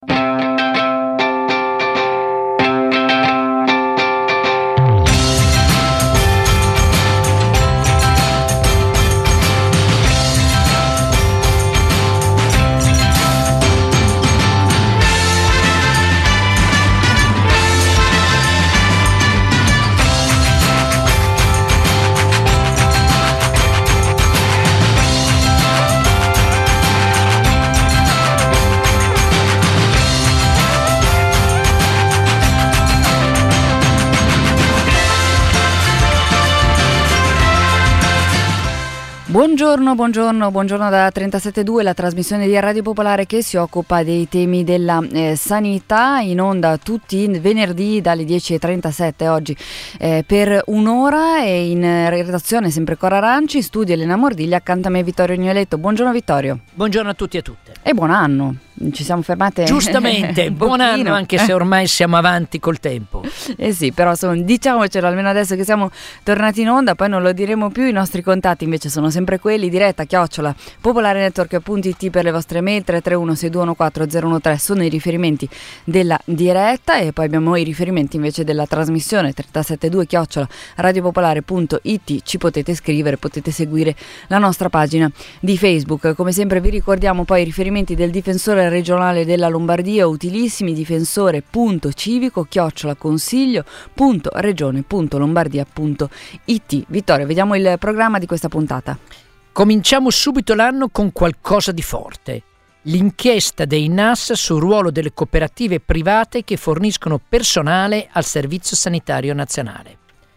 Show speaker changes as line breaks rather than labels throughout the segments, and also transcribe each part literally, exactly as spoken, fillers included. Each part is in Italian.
Buongiorno, buongiorno, buongiorno da trentasette due, la trasmissione di Radio Popolare che si occupa dei temi della eh, sanità, in onda tutti i venerdì dalle dieci e trentasette oggi eh, per un'ora, e in redazione sempre Cora Aranci, studio Elena Mordiglia, accanto a me Vittorio Gnoletto. Buongiorno Vittorio.
Buongiorno a tutti e a tutte. E
buon anno. Ci siamo fermate
giustamente, buon anno, anche se ormai siamo avanti col tempo.
Eh sì, però insomma, diciamocelo almeno adesso che siamo tornati in onda, poi non lo diremo più. I nostri contatti invece sono sempre quelli: diretta chiocciola popolarenetwork punto it per le vostre mail, tre tre uno sei due uno quattro zero uno tre sono i riferimenti della diretta, e poi abbiamo i riferimenti invece della trasmissione, trentasette due chiocciola radiopopolare punto it. Ci potete scrivere, potete seguire la nostra pagina di Facebook. Come sempre vi ricordiamo poi i riferimenti del difensore regionale della Lombardia, utilissimi: difensore punto civico chiocciola consiglio punto regione punto lombardia punto it. Vittorio, vediamo il programma di questa puntata.
Cominciamo subito l'anno con qualcosa di forte: l'inchiesta dei N A S sul ruolo delle cooperative private che forniscono personale al Servizio Sanitario Nazionale.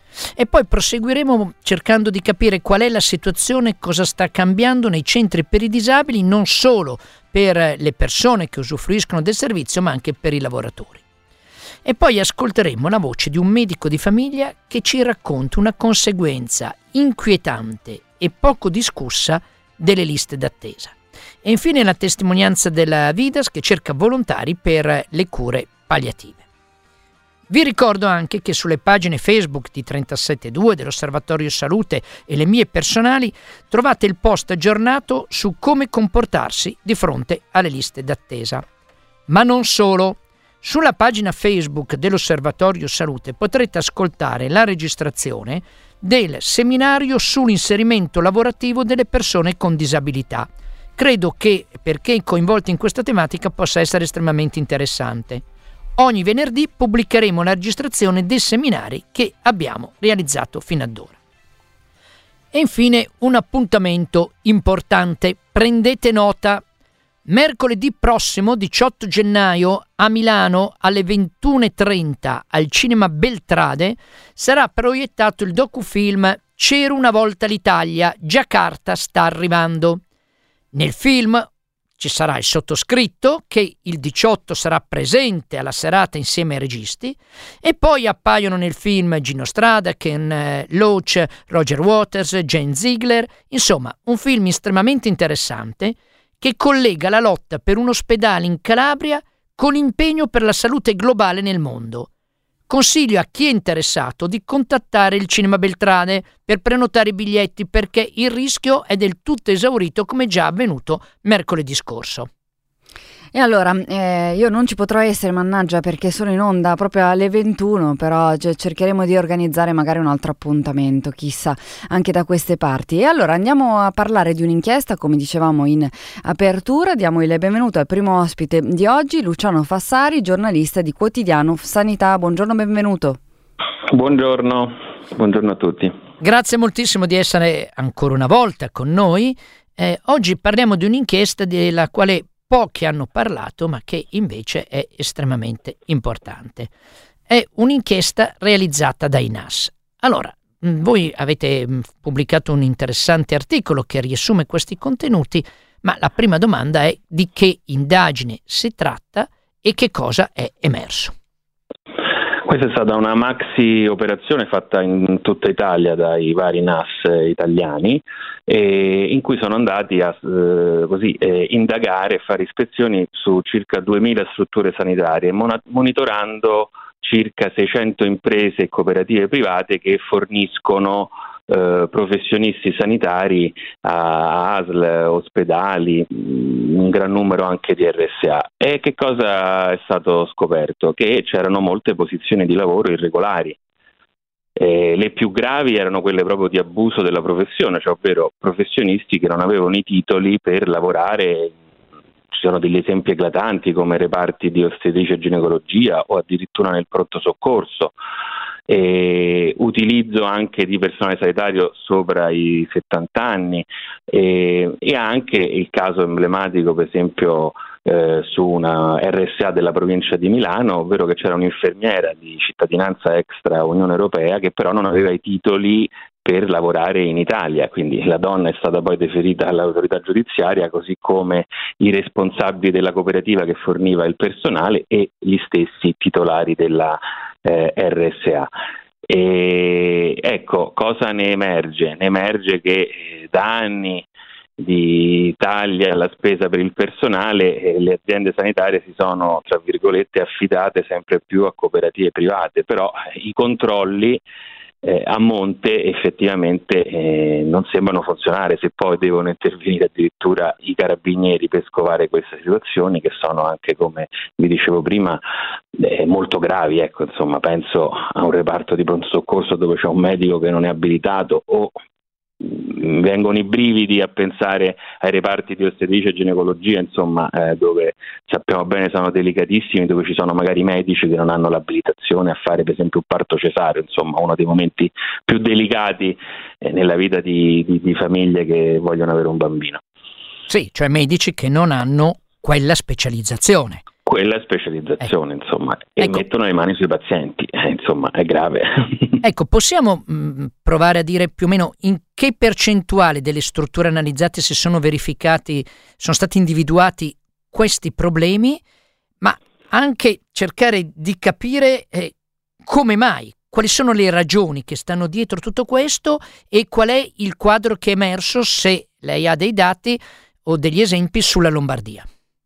E poi proseguiremo cercando di capire qual è la situazione, cosa sta cambiando nei centri per i disabili, non solo per le persone che usufruiscono del servizio, ma anche per i lavoratori. E poi ascolteremo la voce di un medico di famiglia che ci racconta una conseguenza inquietante e poco discussa delle liste d'attesa. E infine la testimonianza della Vidas, che cerca volontari per le cure palliative. Vi ricordo anche che sulle pagine Facebook di trentasette due, dell'Osservatorio Salute e le mie personali trovate il post aggiornato su come comportarsi di fronte alle liste d'attesa. Ma non solo. Sulla pagina Facebook dell'Osservatorio Salute potrete ascoltare la registrazione del seminario sull'inserimento lavorativo delle persone con disabilità. Credo che, perché coinvolti in questa tematica, possa essere estremamente interessante. Ogni venerdì pubblicheremo la registrazione dei seminari che abbiamo realizzato fino ad ora. E infine un appuntamento importante, prendete nota. Mercoledì prossimo, diciotto gennaio, a Milano alle ventuno e trenta al Cinema Beltrade sarà proiettato il docufilm C'era una volta l'Italia, Giacarta sta arrivando. Nel film ci sarà il sottoscritto, che il diciotto sarà presente alla serata insieme ai registi, e poi appaiono nel film Gino Strada, Ken Loach, Roger Waters, Jane Ziegler. Insomma, un film estremamente interessante che collega la lotta per un ospedale in Calabria con l'impegno per la salute globale nel mondo. Consiglio a chi è interessato di contattare il Cinema Beltrade per prenotare i biglietti, perché il rischio è del tutto esaurito, come già avvenuto mercoledì scorso.
E allora, eh, io non ci potrò essere, mannaggia, perché sono in onda proprio alle ventuno, però c- cercheremo di organizzare magari un altro appuntamento, chissà, anche da queste parti. E allora andiamo a parlare di un'inchiesta, come dicevamo in apertura. Diamo il benvenuto al primo ospite di oggi, Luciano Fassari, giornalista di Quotidiano Sanità. Buongiorno, benvenuto.
Buongiorno, buongiorno a tutti.
Grazie moltissimo di essere ancora una volta con noi. Eh, oggi parliamo di un'inchiesta della quale pochi hanno parlato, ma che invece è estremamente importante. È un'inchiesta realizzata dai N A S. Allora, voi avete pubblicato un interessante articolo che riassume questi contenuti, ma la prima domanda è: di che indagine si tratta e che cosa è emerso?
Questa è stata una maxi operazione fatta in tutta Italia dai vari N A S italiani, eh, in cui sono andati a eh, così, eh, indagare e fare ispezioni su circa duemila strutture sanitarie, mon- monitorando circa seicento imprese e cooperative private che forniscono eh, professionisti sanitari, a A S L, ospedali, un gran numero anche di R S A. E che cosa è stato scoperto? Che c'erano molte posizioni di lavoro irregolari. Eh, le più gravi erano quelle proprio di abuso della professione, cioè ovvero professionisti che non avevano i titoli per lavorare. Ci sono degli esempi eclatanti come reparti di ostetricia e ginecologia o addirittura nel pronto soccorso. E utilizzo anche di personale sanitario sopra i settanta anni e, e anche il caso emblematico per esempio eh, su una R S A della provincia di Milano, ovvero che c'era un'infermiera di cittadinanza extra Unione Europea che però non aveva i titoli per lavorare in Italia, quindi la donna è stata poi deferita all'autorità giudiziaria, così come i responsabili della cooperativa che forniva il personale e gli stessi titolari della eh, R S A. E ecco, cosa ne emerge? Ne emerge che eh, da anni di tagli alla spesa per il personale eh, le aziende sanitarie si sono, tra virgolette, affidate sempre più a cooperative private, però eh, i controlli Eh, a monte effettivamente eh, non sembrano funzionare, se poi devono intervenire addirittura i carabinieri per scovare queste situazioni che sono anche, come vi dicevo prima, eh, molto gravi. Ecco, insomma, penso a un reparto di pronto soccorso dove c'è un medico che non è abilitato, o mh, vengono i brividi a pensare ai reparti di ostetricia e ginecologia, insomma, eh, dove sappiamo bene sono delicatissimi, dove ci sono magari medici che non hanno l'abilitazione a fare per esempio un parto cesareo, insomma uno dei momenti più delicati eh, nella vita di, di, di famiglie che vogliono avere un bambino.
Sì, cioè medici che non hanno quella specializzazione.
Quella specializzazione, ecco. Insomma, e
ecco.
mettono le mani sui pazienti, eh, insomma, è grave.
Ecco, possiamo mh, provare a dire più o meno in che percentuale delle strutture analizzate si sono verificati, sono stati individuati questi problemi, ma anche cercare di capire eh, come mai, quali sono le ragioni che stanno dietro tutto questo e qual è il quadro che è emerso, se lei ha dei dati o degli esempi sulla Lombardia.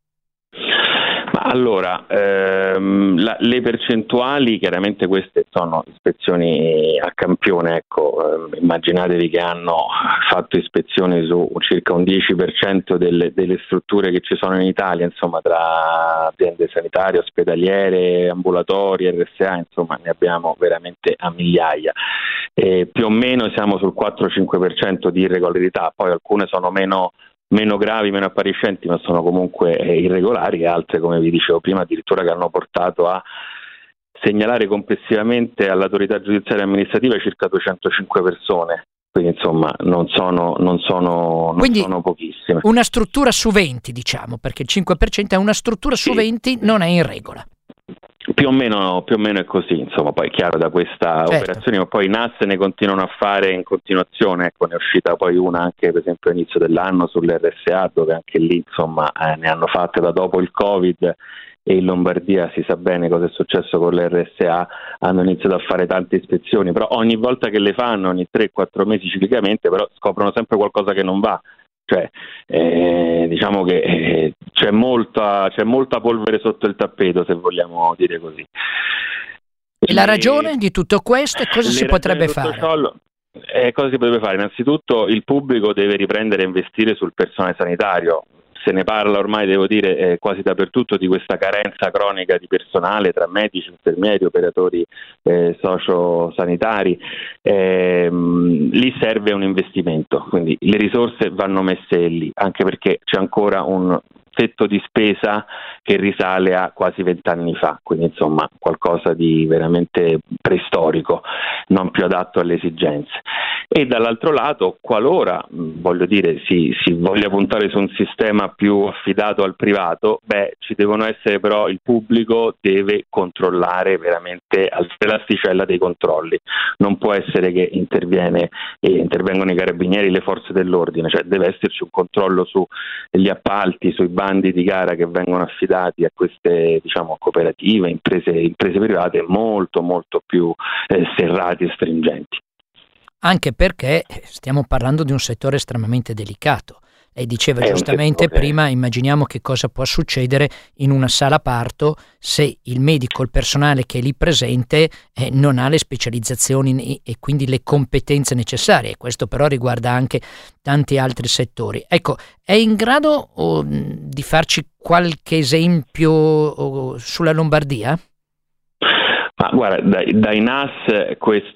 Allora, ehm, la, le percentuali, chiaramente queste sono ispezioni a campione, ecco, eh, immaginatevi che hanno fatto ispezioni su circa un dieci per cento delle, delle strutture che ci sono in Italia, insomma, tra aziende sanitarie, ospedaliere, ambulatori, R S A, insomma, ne abbiamo veramente a migliaia. Eh, più o meno siamo sul quattro cinque per cento di irregolarità, poi alcune sono meno meno gravi, meno appariscenti, ma sono comunque eh, irregolari, e altre, come vi dicevo prima, addirittura che hanno portato a segnalare complessivamente all'autorità giudiziaria amministrativa circa duecentocinque persone. Quindi insomma non sono, non sono, non
Quindi
sono pochissime.
Una struttura su venti, diciamo, perché il cinque per cento è una struttura su
sì.
venti, non è in regola.
Più o meno, più o meno è così, insomma, poi è chiaro da questa
certo.
operazione, ma poi i N A S ne continuano a fare in continuazione, ecco, ne è uscita poi una anche per esempio all'inizio dell'anno sull'R S A, dove anche lì insomma eh, ne hanno fatte da dopo il Covid, e in Lombardia si sa bene cosa è successo con l'R S A, hanno iniziato a fare tante ispezioni, però ogni volta che le fanno, ogni tre quattro mesi ciclicamente, però scoprono sempre qualcosa che non va. Cioè, eh, diciamo che eh, c'è molta c'è molta polvere sotto il tappeto, se vogliamo dire così.
E la ragione di tutto questo, cosa si potrebbe fare?
Ciò, eh, cosa si potrebbe fare? Innanzitutto il pubblico deve riprendere a investire sul personale sanitario. Se ne parla ormai, devo dire, eh, quasi dappertutto di questa carenza cronica di personale tra medici, infermieri, operatori eh, sociosanitari. Eh, lì serve un investimento, quindi le risorse vanno messe lì, anche perché c'è ancora un tetto di spesa che risale a quasi vent'anni fa, quindi insomma qualcosa di veramente preistorico, non più adatto alle esigenze. E dall'altro lato, qualora voglio dire si, si voglia puntare su un sistema più affidato al privato, beh, ci devono essere, però il pubblico deve controllare veramente, alzare l'asticella dei controlli. Non può essere che interviene e intervengono i carabinieri, le forze dell'ordine, cioè deve esserci un controllo sugli appalti, sui bandi di gara che vengono affidati a queste, diciamo, cooperative, imprese, imprese private, molto molto più eh, serrati e stringenti.
Anche perché stiamo parlando di un settore estremamente delicato, E diceva giustamente prima, immaginiamo che cosa può succedere in una sala parto se il medico, il personale che è lì presente eh, non ha le specializzazioni e quindi le competenze necessarie. Questo però riguarda anche tanti altri settori. Ecco, è in grado oh, di farci qualche esempio oh, sulla Lombardia?
Ma guarda, dai, dai N A S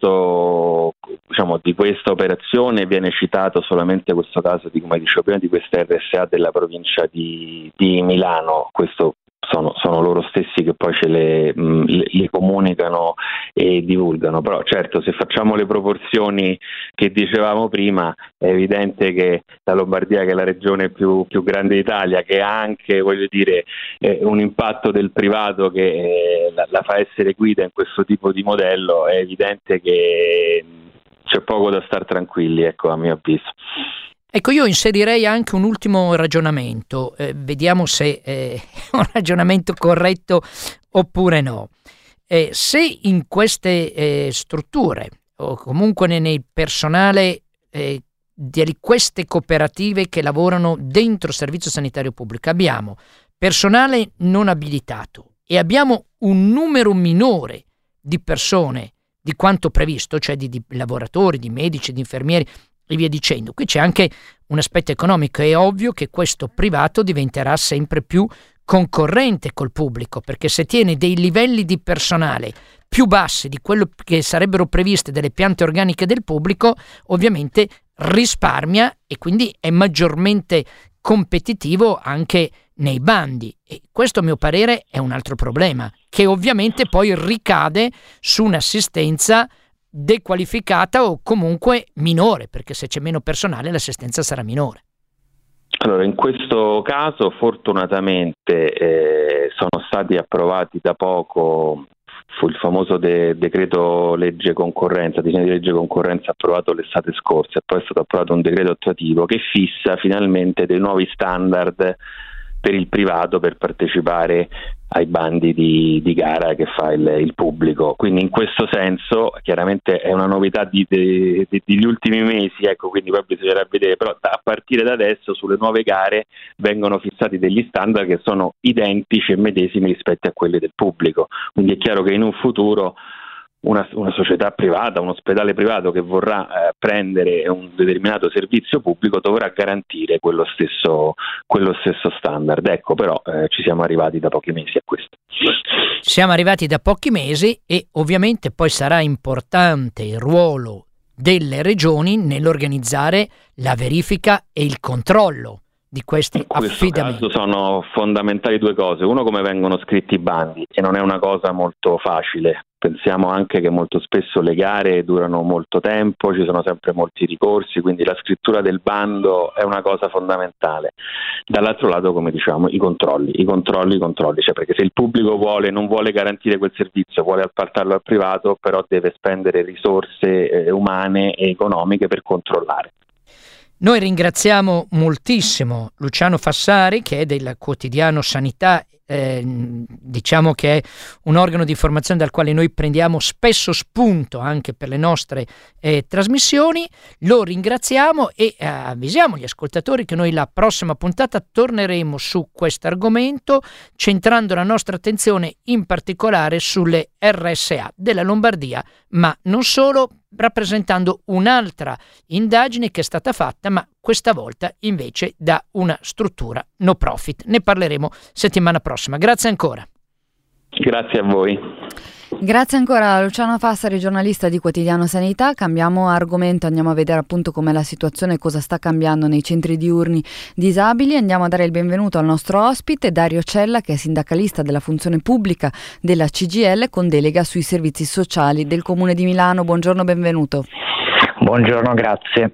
questo, diciamo, di questa operazione viene citato solamente questo caso di, come dicevo prima, di questa R S A della provincia di, di Milano. Questo sono, sono loro stessi che poi ce le, mh, le, le comunicano e divulgano, però certo, se facciamo le proporzioni che dicevamo prima, è evidente che la Lombardia, che è la regione più, più grande d'Italia, che ha anche, voglio dire, eh, un impatto del privato che eh, la, la fa essere guida in questo tipo di modello, è evidente che c'è poco da star tranquilli, ecco, a mio avviso.
Ecco, io inserirei anche un ultimo ragionamento, eh, vediamo se è un ragionamento corretto oppure no. Eh, se in queste eh, strutture o comunque nel personale eh, di queste cooperative che lavorano dentro il servizio sanitario pubblico abbiamo personale non abilitato e abbiamo un numero minore di persone di quanto previsto, cioè di, di lavoratori, di medici, di infermieri e via dicendo. Qui c'è anche un aspetto economico. È ovvio che questo privato diventerà sempre più concorrente col pubblico, perché se tiene dei livelli di personale più bassi di quello che sarebbero previste dalle piante organiche del pubblico, ovviamente risparmia e quindi è maggiormente competitivo anche nei bandi. E questo, a mio parere, è un altro problema, che ovviamente poi ricade su un'assistenza dequalificata o comunque minore, perché se c'è meno personale l'assistenza sarà minore.
Allora, in questo caso fortunatamente eh, sono stati approvati da poco, fu il famoso de- decreto legge concorrenza, disegno di legge concorrenza approvato l'estate scorsa, e poi è stato approvato un decreto attuativo che fissa finalmente dei nuovi standard per il privato per partecipare ai bandi di, di gara che fa il, il pubblico. Quindi in questo senso chiaramente è una novità di, di, di, degli ultimi mesi, ecco, quindi poi bisognerà vedere, però a partire da adesso sulle nuove gare vengono fissati degli standard che sono identici e medesimi rispetto a quelli del pubblico, quindi è chiaro che in un futuro Una, una società privata, un ospedale privato che vorrà eh, prendere un determinato servizio pubblico dovrà garantire quello stesso, quello stesso standard. Ecco, però eh, ci siamo arrivati da pochi mesi a questo.
Siamo arrivati da pochi mesi e ovviamente poi sarà importante il ruolo delle regioni nell'organizzare la verifica e il controllo di questi
in questo
affidamenti.
caso sono fondamentali due cose: uno, come vengono scritti i bandi, e non è una cosa molto facile. Pensiamo anche che molto spesso le gare durano molto tempo, ci sono sempre molti ricorsi, quindi la scrittura del bando è una cosa fondamentale. Dall'altro lato, come diciamo, i controlli, i controlli, i controlli, cioè perché se il pubblico vuole, non vuole garantire quel servizio, vuole appaltarlo al privato, però deve spendere risorse eh, umane e economiche per controllare.
Noi ringraziamo moltissimo Luciano Fassari, che è del quotidiano Sanità, eh, diciamo che è un organo di informazione dal quale noi prendiamo spesso spunto anche per le nostre eh, trasmissioni. Lo ringraziamo e eh, avvisiamo gli ascoltatori che noi la prossima puntata torneremo su questo argomento, centrando la nostra attenzione in particolare sulle R S A della Lombardia, ma non solo, rappresentando un'altra indagine che è stata fatta, ma questa volta invece da una struttura no profit. Ne parleremo settimana prossima. Grazie ancora.
Grazie a voi.
Grazie ancora a Luciano Fassari, giornalista di Quotidiano Sanità. Cambiamo argomento, andiamo a vedere appunto com'è la situazione e cosa sta cambiando nei centri diurni disabili. Andiamo a dare il benvenuto al nostro ospite Dario Cella, che è sindacalista della funzione pubblica della C G I L con delega sui servizi sociali del Comune di Milano. Buongiorno, benvenuto.
Buongiorno, grazie.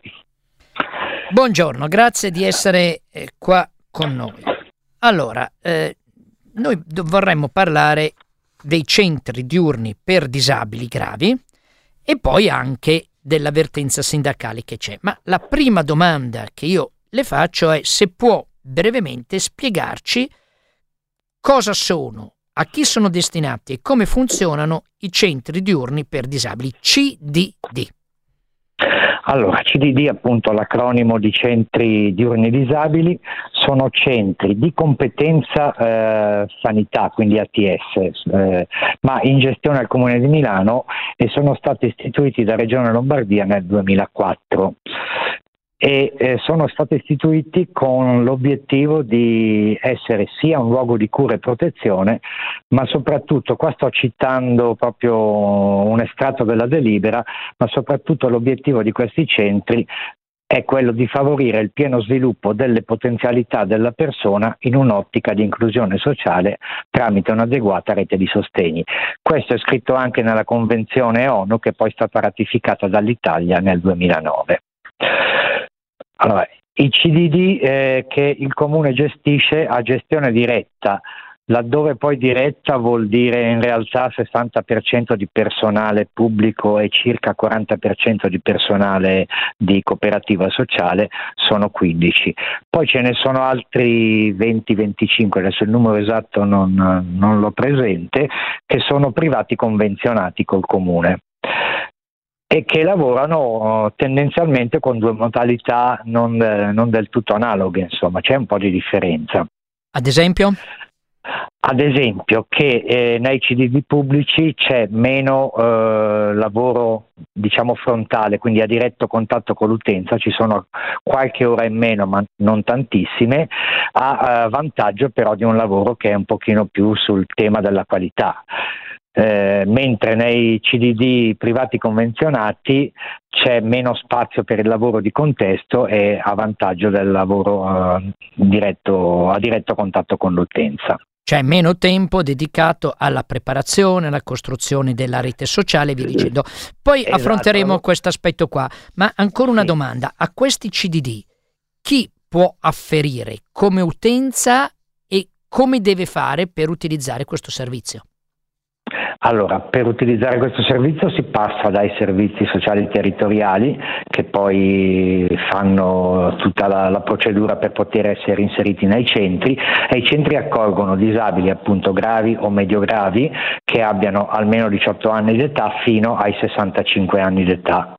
Buongiorno, grazie di essere eh, qua con noi. Allora, eh, noi do- vorremmo parlare dei centri diurni per disabili gravi e poi anche dell'avvertenza sindacale che c'è. Ma la prima domanda che io le faccio è se può brevemente spiegarci cosa sono, a chi sono destinati e come funzionano i centri diurni per disabili, C D D.
Allora, C D D, appunto l'acronimo di centri diurni disabili, sono centri di competenza eh, sanità, quindi A T S, eh, ma in gestione al Comune di Milano, e sono stati istituiti da Regione Lombardia nel duemilaquattro. E eh, sono stati istituiti con l'obiettivo di essere sia un luogo di cura e protezione, ma soprattutto, qua sto citando proprio un estratto della delibera, ma soprattutto l'obiettivo di questi centri è quello di favorire il pieno sviluppo delle potenzialità della persona in un'ottica di inclusione sociale tramite un'adeguata rete di sostegni. Questo è scritto anche nella Convenzione ONU, che poi è stata ratificata dall'Italia nel duemilanove. Allora, i C D D eh, che il Comune gestisce a gestione diretta, laddove poi diretta vuol dire in realtà sessanta per cento di personale pubblico e circa quaranta per cento di personale di cooperativa sociale, sono quindici. Poi ce ne sono altri venti venticinque, adesso il numero esatto non, non l'ho presente, che sono privati convenzionati col Comune e che lavorano tendenzialmente con due modalità non, eh, non del tutto analoghe, insomma, c'è un po' di differenza.
Ad esempio?
Ad esempio che eh, nei C D D pubblici c'è meno eh, lavoro, diciamo, frontale, quindi a diretto contatto con l'utenza, ci sono qualche ora in meno, ma non tantissime, a, a vantaggio però di un lavoro che è un pochino più sul tema della qualità. Eh, mentre nei C D D privati convenzionati c'è meno spazio per il lavoro di contesto e a vantaggio del lavoro eh, diretto, a diretto contatto con l'utenza.
C'è meno tempo dedicato alla preparazione, alla costruzione della rete sociale e via dicendo. Poi esatto. Affronteremo questo aspetto qua, ma ancora una sì. domanda: a questi C D D chi può afferire come utenza e come deve fare per utilizzare questo servizio?
Allora, per utilizzare questo servizio si passa dai servizi sociali territoriali, che poi fanno tutta la, la procedura per poter essere inseriti nei centri, e i centri accolgono disabili appunto gravi o medio gravi che abbiano almeno diciotto anni d'età fino ai sessantacinque anni d'età.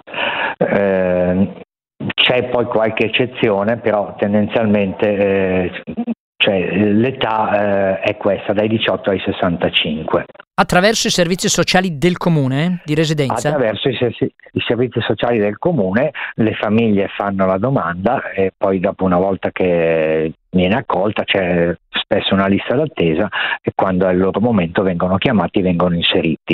Eh, c'è poi qualche eccezione, però tendenzialmente eh, cioè, l'età eh, è questa, dai diciotto ai sessantacinque.
Attraverso i servizi sociali del comune di residenza?
Attraverso i, i servizi sociali del comune le famiglie fanno la domanda e poi dopo, una volta che viene accolta, c'è spesso una lista d'attesa e quando è il loro momento vengono chiamati e vengono inseriti.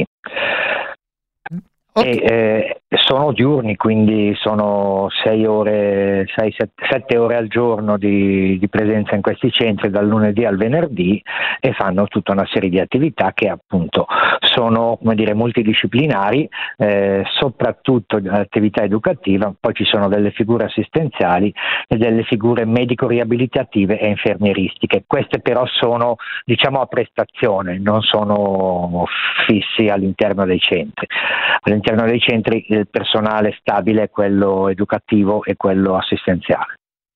Okay. E, eh, sono diurni, quindi sono sei ore, sei, sette ore al giorno di, di presenza in questi centri dal lunedì al venerdì, e fanno tutta una serie di attività che appunto sono, come dire, multidisciplinari, eh, soprattutto attività educativa. Poi ci sono delle figure assistenziali e delle figure medico-riabilitative e infermieristiche. Queste però sono, diciamo, a prestazione, non sono fissi all'interno dei centri. All'interno dei centri il personale stabile è quello educativo e quello assistenziale.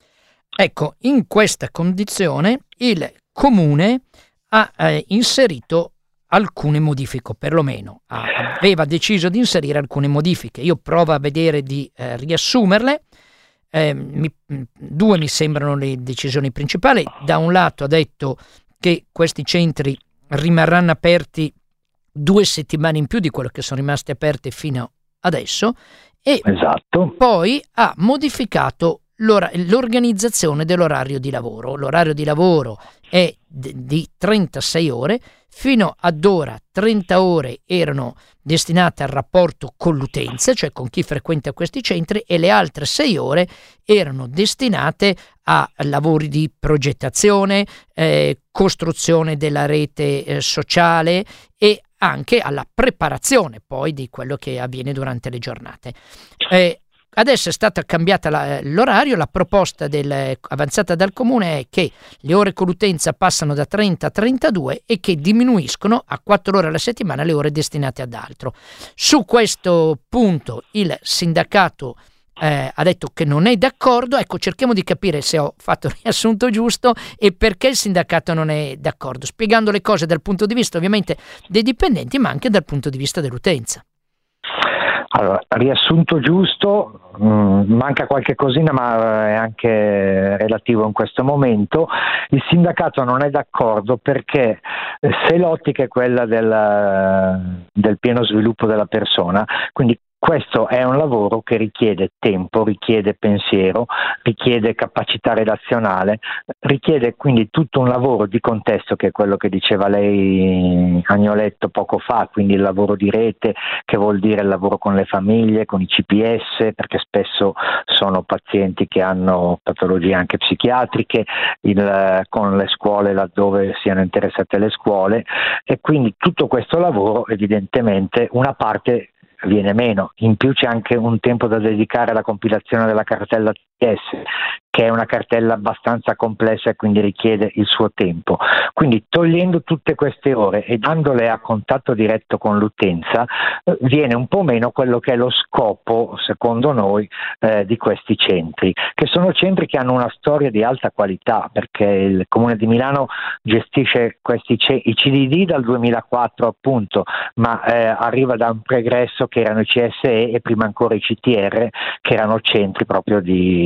Ecco, in questa condizione il Comune ha eh, inserito alcune modifiche, o perlomeno ha, aveva deciso di inserire alcune modifiche. Io provo a vedere di eh, riassumerle. Eh, mi, due mi sembrano le decisioni principali. Da un lato ha detto che questi centri rimarranno aperti due settimane in più di quello che sono rimasti aperti fino adesso, e
esatto.
Poi ha modificato l'organizzazione dell'orario di lavoro. L'orario di lavoro è d- di trentasei ore, fino ad ora trenta ore erano destinate al rapporto con l'utenza, cioè con chi frequenta questi centri, e le altre sei ore erano destinate a lavori di progettazione, eh, costruzione della rete eh, sociale e anche alla preparazione poi di quello che avviene durante le giornate. Eh, adesso è stata cambiata la, l'orario. La proposta del, avanzata dal Comune è che le ore con l'utenza passano da trenta a trentadue e che diminuiscono a quattro ore alla settimana le ore destinate ad altro. Su questo punto il sindacato Eh, ha detto che non è d'accordo. Ecco, cerchiamo di capire se ho fatto il riassunto giusto e perché il sindacato non è d'accordo, spiegando le cose dal punto di vista ovviamente dei dipendenti, ma anche dal punto di vista dell'utenza.
Allora, riassunto giusto, mh, manca qualche cosina ma è anche relativo in questo momento. Il sindacato non è d'accordo perché se l'ottica è quella del, del pieno sviluppo della persona, quindi questo è un lavoro che richiede tempo, richiede pensiero, richiede capacità relazionale, richiede quindi tutto un lavoro di contesto che è quello che diceva lei Agnoletto poco fa, quindi il lavoro di rete, che vuol dire il lavoro con le famiglie, con i C P S, perché spesso sono pazienti che hanno patologie anche psichiatriche, il, con le scuole laddove siano interessate le scuole, e quindi tutto questo lavoro evidentemente una parte viene meno. In più c'è anche un tempo da dedicare alla compilazione della cartella T S, che è una cartella abbastanza complessa e quindi richiede il suo tempo. Quindi togliendo tutte queste ore e dandole a contatto diretto con l'utenza, eh, viene un po' meno quello che è lo scopo, secondo noi, eh, di questi centri, che sono centri che hanno una storia di alta qualità, perché il Comune di Milano gestisce questi ce- i C D D dal duemilaquattro appunto, ma eh, arriva da un pregresso che erano i C S E e prima ancora i C T R, che erano centri proprio di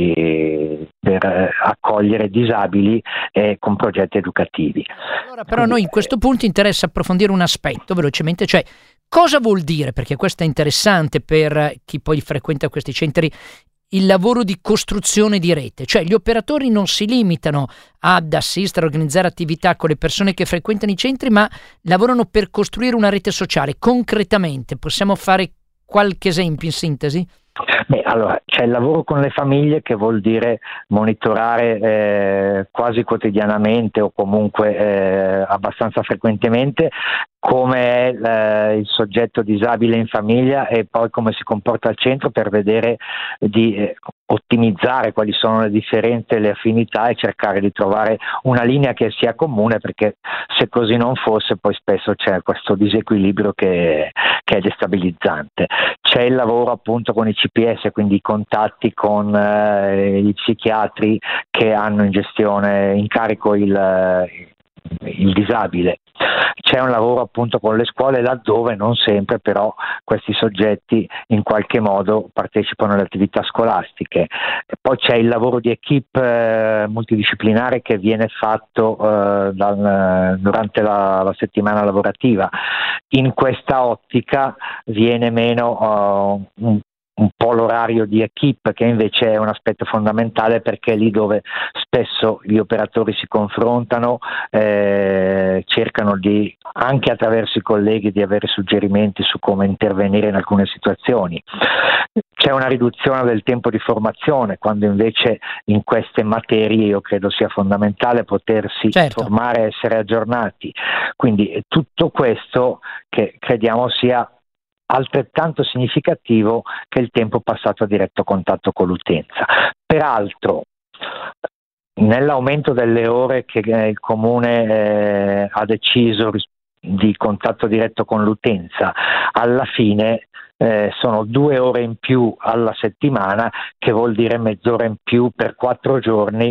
per eh, accogliere disabili eh, con progetti educativi.
Allora, però a noi in questo punto interessa approfondire un aspetto velocemente, cioè cosa vuol dire, perché questo è interessante per chi poi frequenta questi centri, il lavoro di costruzione di rete, cioè gli operatori non si limitano ad assistere, organizzare attività con le persone che frequentano i centri, ma lavorano per costruire una rete sociale. Concretamente, possiamo fare qualche esempio in sintesi?
Beh, allora c'è il lavoro con le famiglie, che vuol dire monitorare eh, quasi quotidianamente o comunque eh, abbastanza frequentemente come è eh, il soggetto disabile in famiglia e poi come si comporta al centro, per vedere di eh, ottimizzare quali sono le differenze e le affinità e cercare di trovare una linea che sia comune, perché se così non fosse poi spesso c'è questo disequilibrio che, che è destabilizzante. C'è il lavoro appunto con i C P S, quindi i contatti con eh, gli psichiatri che hanno in gestione, in carico il, il disabile. C'è un lavoro appunto con le scuole, laddove non sempre però questi soggetti in qualche modo partecipano alle attività scolastiche. E poi c'è il lavoro di equipe eh, multidisciplinare che viene fatto eh, dal, durante la, la settimana lavorativa. In questa ottica viene meno uh, un un po' l'orario di equipe, che invece è un aspetto fondamentale, perché è lì dove spesso gli operatori si confrontano, eh, cercano di, anche attraverso i colleghi, di avere suggerimenti su come intervenire in alcune situazioni. C'è una riduzione del tempo di formazione, quando invece in queste materie io credo sia fondamentale potersi
certo.
formare e essere aggiornati. Quindi tutto questo che crediamo sia altrettanto significativo che il tempo passato a diretto contatto con l'utenza. Peraltro, nell'aumento delle ore che il Comune eh, ha deciso di contatto diretto con l'utenza, alla fine eh, sono due ore in più alla settimana, che vuol dire mezz'ora in più per quattro giorni,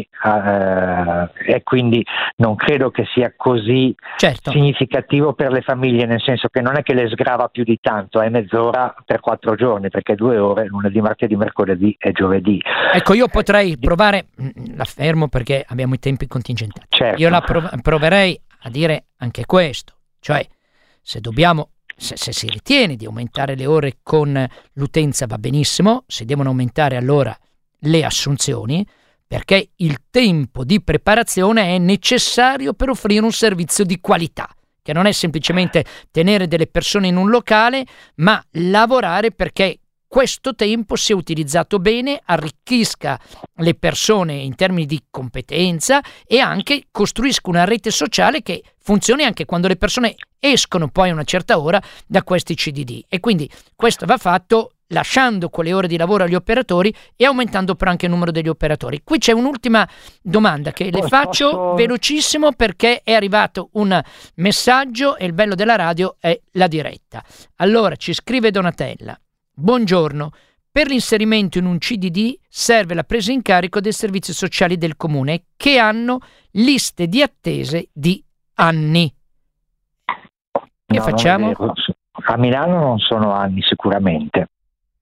eh, e quindi non credo che sia così
certo.
significativo per le famiglie, nel senso che non è che le sgrava più di tanto, è mezz'ora per quattro giorni, perché due ore lunedì, martedì, mercoledì e giovedì.
Ecco, io potrei provare, la fermo perché abbiamo i tempi contingentati,
certo.
Io la prov- proverei a dire anche questo, cioè se dobbiamo Se, se si ritiene di aumentare le ore con l'utenza va benissimo, si devono aumentare allora le assunzioni, perché il tempo di preparazione è necessario per offrire un servizio di qualità, che non è semplicemente tenere delle persone in un locale, ma lavorare perché questo tempo sia utilizzato bene, arricchisca le persone in termini di competenza e anche costruisca una rete sociale che funzioni anche quando le persone escono poi a una certa ora da questi C D D. E quindi questo va fatto lasciando quelle ore di lavoro agli operatori e aumentando però anche il numero degli operatori. Qui c'è un'ultima domanda che le faccio
Posso...
velocissimo, perché è arrivato un messaggio e il bello della radio è la diretta. Allora ci scrive Donatella: buongiorno, per l'inserimento in un C D D serve la presa in carico dei servizi sociali del comune, che hanno liste di attese di anni. Che
no,
facciamo?
A Milano non sono anni sicuramente.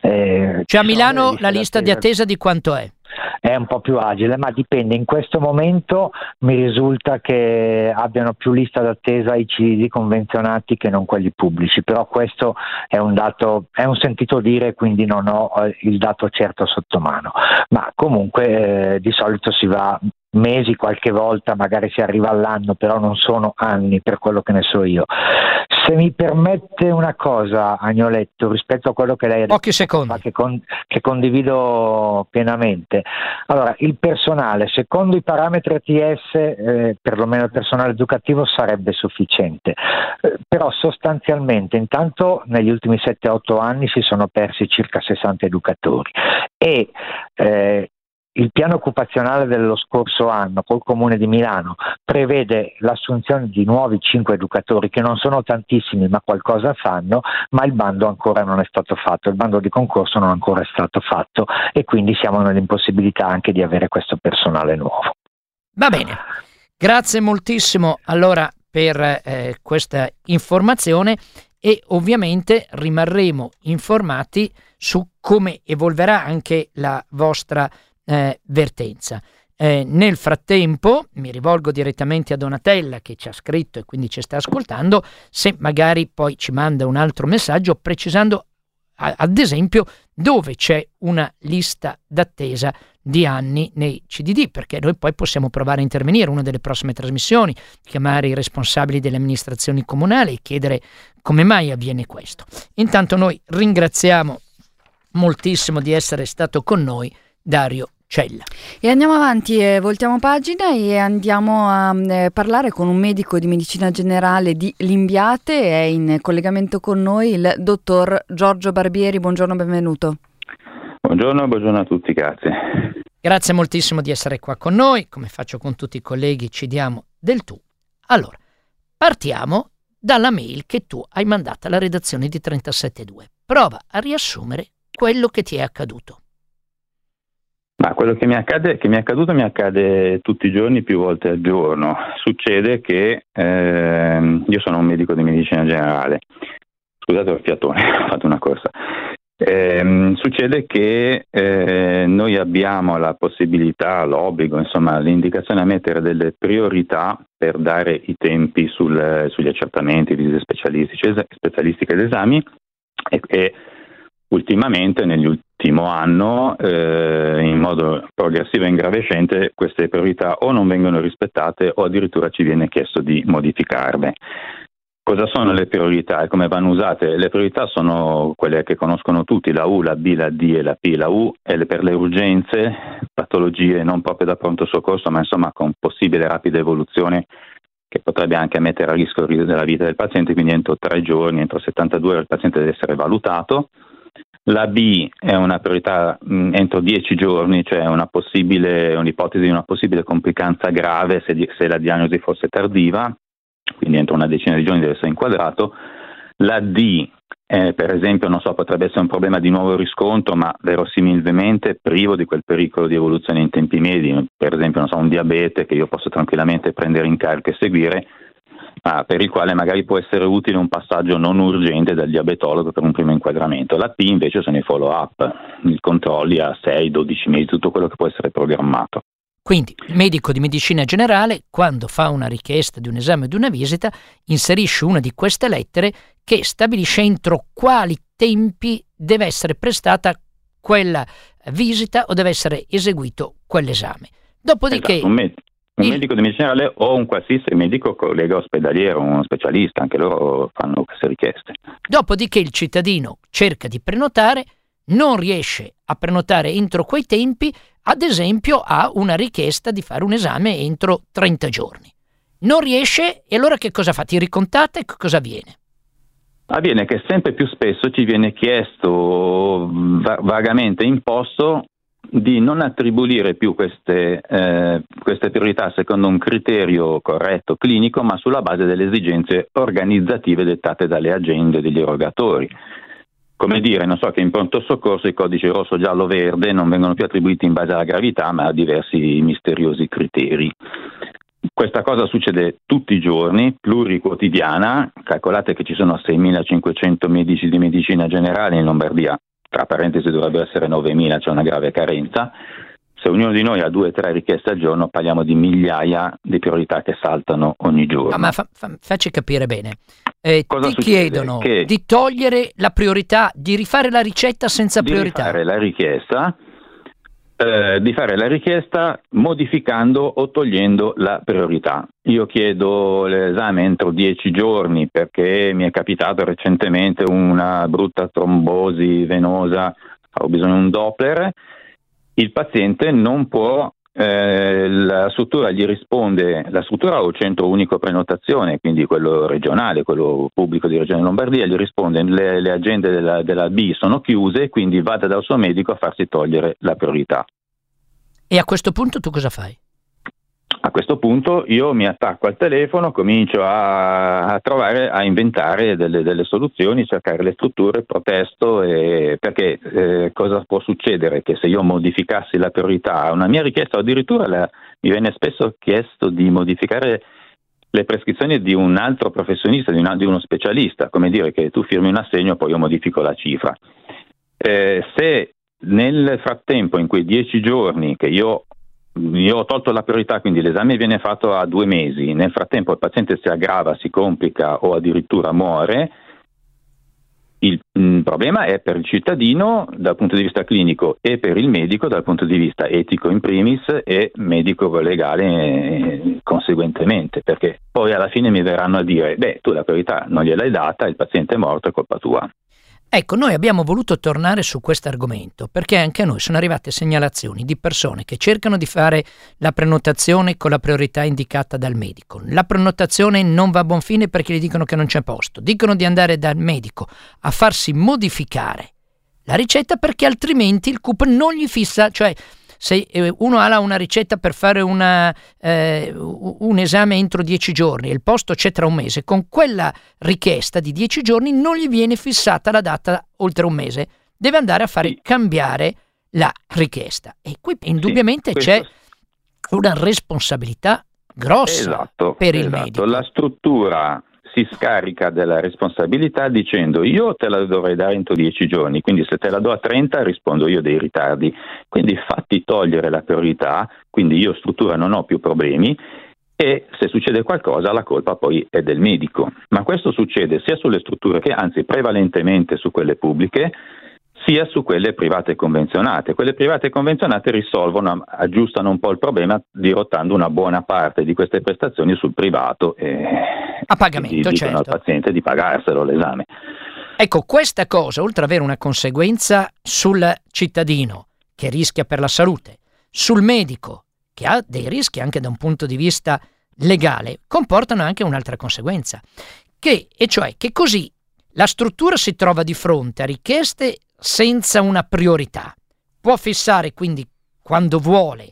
Eh,
cioè a Milano la lista di attesa di quanto è?
È un po' più agile, ma dipende. In questo momento mi risulta che abbiano più lista d'attesa i C D D convenzionati che non quelli pubblici, però questo è un dato, è un sentito dire, quindi non ho eh, il dato certo sotto mano, ma comunque eh, di solito si va mesi, qualche volta magari si arriva all'anno, però non sono anni per quello che ne so io. Se mi permette una cosa, Agnoletto, rispetto a quello che lei ha detto,
pochi secondi,
che, con, che condivido pienamente. Allora, il personale, secondo i parametri A T S, eh, perlomeno il personale educativo sarebbe sufficiente, eh, però sostanzialmente intanto negli ultimi sette otto anni si sono persi circa sessanta educatori e eh, il piano occupazionale dello scorso anno col Comune di Milano prevede l'assunzione di nuovi cinque educatori, che non sono tantissimi ma qualcosa fanno, ma il bando ancora non è stato fatto, il bando di concorso non è ancora stato fatto e quindi siamo nell'impossibilità anche di avere questo personale nuovo.
Va bene, grazie moltissimo allora per eh, questa informazione e ovviamente rimarremo informati su come evolverà anche la vostra Eh, vertenza. Eh, nel frattempo mi rivolgo direttamente a Donatella che ci ha scritto e quindi ci sta ascoltando, se magari poi ci manda un altro messaggio precisando a, ad esempio dove c'è una lista d'attesa di anni nei C D D, perché noi poi possiamo provare a intervenire una delle prossime trasmissioni, chiamare i responsabili delle amministrazioni comunali e chiedere come mai avviene questo. Intanto noi ringraziamo moltissimo di essere stato con noi Dario Cella.
E andiamo avanti, eh, voltiamo pagina e andiamo a eh, parlare con un medico di medicina generale di Limbiate. È in collegamento con noi il dottor Giorgio Barbieri. Buongiorno, benvenuto.
Buongiorno, buongiorno a tutti, grazie.
Grazie moltissimo di essere qua con noi. Come faccio con tutti i colleghi, ci diamo del tu. Allora, partiamo dalla mail che tu hai mandato alla redazione di trentasette due. Prova a riassumere quello che ti è accaduto.
Ma quello che mi accade, che mi è accaduto mi accade tutti i giorni, più volte al giorno. Succede che eh, io sono un medico di medicina generale. Scusate il fiatone, ho fatto una corsa. Eh, succede che eh, noi abbiamo la possibilità, l'obbligo, insomma l'indicazione a mettere delle priorità per dare i tempi sul, sugli accertamenti, visite specialistici, specialistiche ed esami e, e ultimamente, nell'ultimo anno, eh, in modo progressivo e ingravescente, queste priorità o non vengono rispettate o addirittura ci viene chiesto di modificarle. Cosa sono le priorità e come vanno usate? Le priorità sono quelle che conoscono tutti, la U, la B, la D e la P. La U è per le urgenze, patologie non proprio da pronto soccorso, ma insomma con possibile rapida evoluzione che potrebbe anche mettere a rischio della vita del paziente, quindi entro tre giorni, entro settantadue ore il paziente deve essere valutato. La B è una priorità mh, entro dieci giorni, cioè una possibile, un'ipotesi di una possibile complicanza grave se, di, se la diagnosi fosse tardiva, quindi entro una decina di giorni deve essere inquadrato. La D, eh, per esempio, non so, potrebbe essere un problema di nuovo riscontro, ma verosimilmente privo di quel pericolo di evoluzione in tempi medi, per esempio, non so, un diabete che io posso tranquillamente prendere in carico e seguire, ma per il quale magari può essere utile un passaggio non urgente dal diabetologo per un primo inquadramento. La P invece sono i follow-up, i controlli a sei dodici mesi, tutto quello che può essere programmato.
Quindi il medico di medicina generale, quando fa una richiesta di un esame o di una visita, inserisce una di queste lettere che stabilisce entro quali tempi deve essere prestata quella visita o deve essere eseguito quell'esame. Dopodiché...
Esatto, un med- Un medico di medicina generale o un qualsiasi medico collega ospedaliero, uno specialista, anche loro fanno queste richieste.
Dopodiché il cittadino cerca di prenotare, non riesce a prenotare entro quei tempi, ad esempio ha una richiesta di fare un esame entro trenta giorni. Non riesce e allora che cosa fa? Ti ricontatta e cosa avviene?
Avviene che sempre più spesso ci viene chiesto, va- vagamente imposto, di non attribuire più queste, eh, queste priorità secondo un criterio corretto clinico, ma sulla base delle esigenze organizzative dettate dalle agende degli erogatori. Come dire, non so, che in pronto soccorso i codici rosso, giallo, verde non vengono più attribuiti in base alla gravità, ma a diversi misteriosi criteri. Questa cosa succede tutti i giorni, pluriquotidiana. Calcolate che ci sono seimilacinquecento medici di medicina generale in Lombardia
tra parentesi dovrebbero essere novemila, c'è una grave carenza. Se ognuno di noi ha due o tre richieste al giorno, parliamo di migliaia di priorità che saltano ogni giorno.
No, ma fa, fa, facci capire bene. Eh,
Cosa
ti
succede?
chiedono
Che
di togliere la priorità, di rifare la ricetta senza
di
priorità.
Di fare la richiesta, eh, di fare la richiesta modificando o togliendo la priorità. Io chiedo l'esame entro dieci giorni perché mi è capitato recentemente una brutta trombosi venosa, ho bisogno di un Doppler. Il paziente non può, eh, la struttura gli risponde, la struttura o centro unico prenotazione, quindi quello regionale, quello pubblico di Regione Lombardia, gli risponde le, le agende della, della B sono chiuse, quindi vada dal suo medico a farsi togliere la priorità.
E a questo punto tu cosa fai?
A questo punto io mi attacco al telefono, comincio a, a trovare, a inventare delle, delle soluzioni, cercare le strutture, protesto, e, perché eh, cosa può succedere? Che se io modificassi la priorità a una mia richiesta, o addirittura la, mi viene spesso chiesto di modificare le prescrizioni di un altro professionista, di, una, di uno specialista, come dire che tu firmi un assegno e poi io modifico la cifra. Eh, se nel frattempo, in quei dieci giorni che io Io ho tolto la priorità, quindi l'esame viene fatto a due mesi, nel frattempo il paziente si aggrava, si complica o addirittura muore, il, il problema è per il cittadino dal punto di vista clinico e per il medico dal punto di vista etico in primis e medico-legale eh, conseguentemente, perché poi alla fine mi verranno a dire beh, tu la priorità non gliel'hai data, il paziente è morto, è colpa tua.
Ecco, noi abbiamo voluto tornare su questo argomento perché anche a noi sono arrivate segnalazioni di persone che cercano di fare la prenotazione con la priorità indicata dal medico. La prenotazione non va a buon fine perché gli dicono che non c'è posto. Dicono di andare dal medico a farsi modificare la ricetta perché altrimenti il C U P non gli fissa, cioè se uno ha una ricetta per fare una, eh, un esame entro dieci giorni e il posto c'è tra un mese, con quella richiesta di dieci giorni non gli viene fissata la data oltre un mese, deve andare a fare
sì.
cambiare la richiesta e qui indubbiamente
sì,
c'è una responsabilità grossa
esatto,
per il
esatto.
medico.
La struttura si scarica della responsabilità dicendo io te la dovrei dare entro dieci giorni, quindi se te la do a trenta rispondo io dei ritardi, quindi fatti togliere la priorità, quindi io struttura non ho più problemi e se succede qualcosa la colpa poi è del medico, ma questo succede sia sulle strutture che anzi prevalentemente su quelle pubbliche sia su quelle private convenzionate. Quelle private convenzionate risolvono, aggiustano un po' il problema dirottando una buona parte di queste prestazioni sul privato e
a pagamento,
dicono
certo.
al paziente di pagarselo l'esame.
Ecco, questa cosa, oltre ad avere una conseguenza sul cittadino che rischia per la salute, sul medico che ha dei rischi anche da un punto di vista legale, comportano anche un'altra conseguenza, che, e cioè che così la struttura si trova di fronte a richieste senza una priorità. Può fissare quindi quando vuole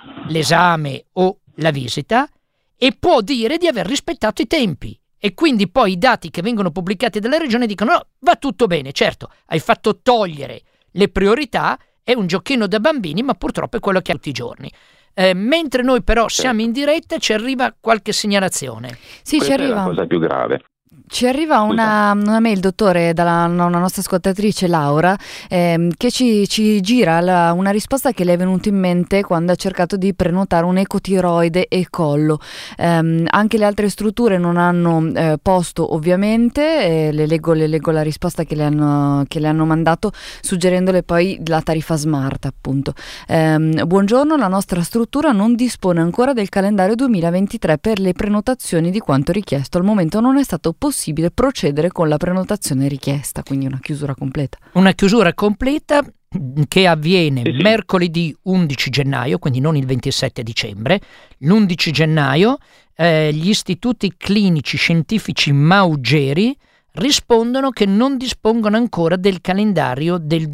l'esame o la visita e può dire di aver rispettato i tempi e quindi poi i dati che vengono pubblicati dalla regione dicono no, va tutto bene, certo, hai fatto togliere le priorità, è un giochino da bambini ma purtroppo è quello che ha tutti i giorni. Eh, mentre noi però siamo in diretta ci arriva qualche segnalazione.
Sì,
Questa
ci arriva.
è la cosa più grave.
Ci arriva una, una mail, dottore, dalla una nostra ascoltatrice Laura, ehm, che ci, ci gira la, una risposta che le è venuta in mente quando ha cercato di prenotare un ecotiroide e collo. Ehm, anche le altre strutture non hanno eh, posto, ovviamente, eh, le, leggo, le leggo la risposta che le hanno, che le hanno mandato, suggerendole poi la tariffa smart, appunto. Ehm, buongiorno, la nostra struttura non dispone ancora del calendario duemilaventitré per le prenotazioni di quanto richiesto. Al momento non è stato possibile procedere con la prenotazione richiesta, quindi una chiusura completa.
Una chiusura completa che avviene
sì, sì.
mercoledì undici gennaio, quindi non il ventisette dicembre, l'undici gennaio eh, gli istituti clinici scientifici Maugeri rispondono che non dispongono ancora del calendario del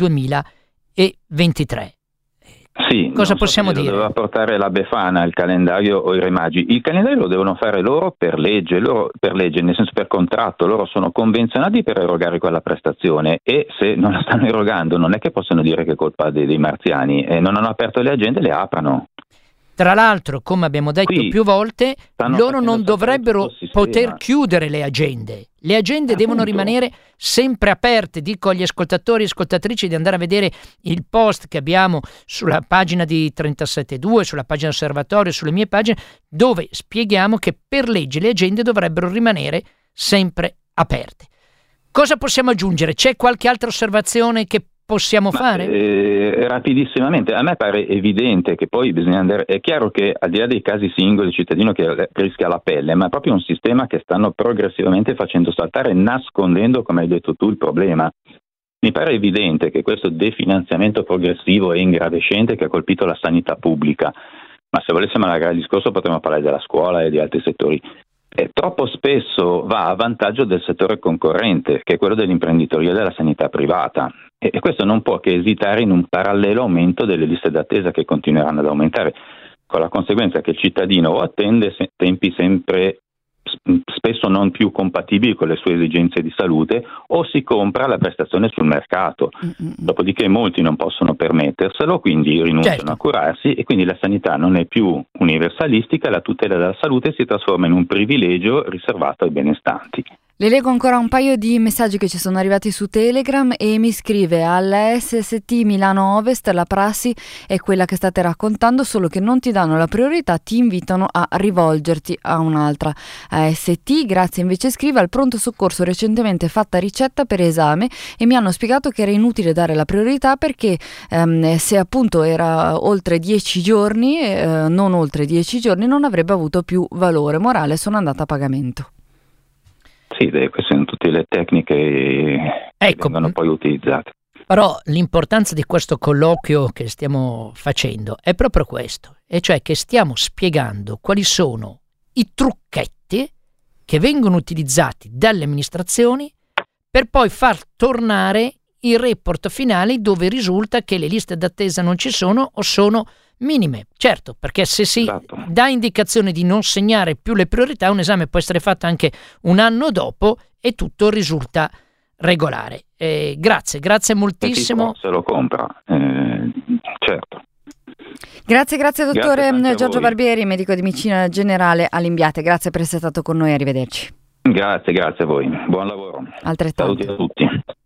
duemilaventitré.
Sì,
cosa
non so
possiamo
se
dire?
Doveva portare la Befana il calendario o i Re Magi. Il calendario lo devono fare loro per legge, loro per legge, nel senso per contratto, loro sono convenzionati per erogare quella prestazione e se non la stanno erogando non è che possono dire che è colpa dei, dei marziani, e non hanno aperto le agende, le aprano.
Tra l'altro, come abbiamo detto
Qui
più volte, loro non dovrebbero poter chiudere le agende. Le agende
Appunto.
devono rimanere sempre aperte. Dico agli ascoltatori e ascoltatrici di andare a vedere il post che abbiamo sulla pagina di trentasette due, sulla pagina osservatorio, sulle mie pagine, dove spieghiamo che per legge le agende dovrebbero rimanere sempre aperte. Cosa possiamo aggiungere? C'è qualche altra osservazione che possiamo
Ma,
fare?
Eh, rapidissimamente, a me pare evidente che poi bisogna andare, è chiaro che al di là dei casi singoli, il cittadino che rischia la pelle, ma è proprio un sistema che stanno progressivamente facendo saltare, nascondendo, come hai detto tu, il problema. Mi pare evidente che questo definanziamento progressivo e ingravescente che ha colpito la sanità pubblica, ma se volessimo allargare il discorso potremmo parlare della scuola e di altri settori, eh, troppo spesso va a vantaggio del settore concorrente, che è quello dell'imprenditoria e della sanità privata. E questo non può che esitare in un parallelo aumento delle liste d'attesa che continueranno ad aumentare, con la conseguenza che il cittadino o attende se- tempi sempre spesso non più compatibili con le sue esigenze di salute o si compra la prestazione sul mercato. Mm-hmm. Dopodiché molti non possono permetterselo, quindi rinunciano certo. a curarsi e quindi la sanità non è più universalistica, la tutela della salute si trasforma in un privilegio riservato ai benestanti.
Le leggo ancora un paio di messaggi che ci sono arrivati su Telegram e mi scrive: alla S S T Milano Ovest la prassi è quella che state raccontando, solo che non ti danno la priorità, ti invitano a rivolgerti a un'altra A S T. Grazie invece scrive: al pronto soccorso recentemente fatta ricetta per esame e mi hanno spiegato che era inutile dare la priorità perché ehm, se appunto era oltre dieci giorni, eh, non oltre dieci giorni, non avrebbe avuto più valore morale, sono andata a pagamento.
Sì, queste sono tutte le tecniche
ecco,
che vengono poi utilizzate.
Però l'importanza di questo colloquio che stiamo facendo è proprio questo, e cioè che stiamo spiegando quali sono i trucchetti che vengono utilizzati dalle amministrazioni per poi far tornare i report finali dove risulta che le liste d'attesa non ci sono o sono minime. Certo, perché se si esatto. dà indicazione di non segnare più le priorità, un esame può essere fatto anche un anno dopo e tutto risulta regolare. Eh, grazie, grazie moltissimo.
Se lo compra, eh, certo.
Grazie, grazie dottore grazie Giorgio Barbieri, medico di medicina generale all'Imbiate. Grazie per essere stato con noi, arrivederci.
Grazie, grazie a voi. Buon lavoro.
Altrettanto.
Saluti a tutti.